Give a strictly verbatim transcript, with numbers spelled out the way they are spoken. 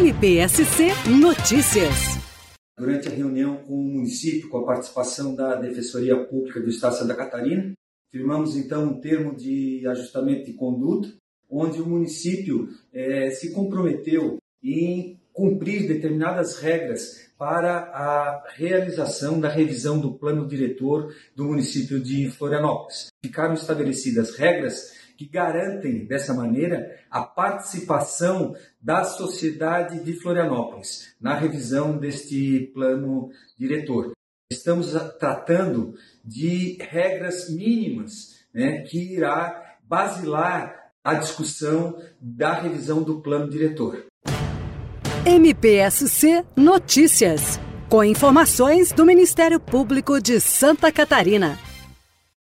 M P S C Notícias. Durante a reunião com o município, com a participação da Defensoria Pública do Estado de Santa Catarina, firmamos então um termo de ajustamento de conduta, onde o município eh, se comprometeu em cumprir determinadas regras para a realização da revisão do plano diretor do município de Florianópolis. Ficaram estabelecidas regras que garantem, dessa maneira, a participação da sociedade de Florianópolis na revisão deste plano diretor. Estamos tratando de regras mínimas, né, que irá basilar a discussão da revisão do plano diretor. M P S C Notícias, com informações do Ministério Público de Santa Catarina.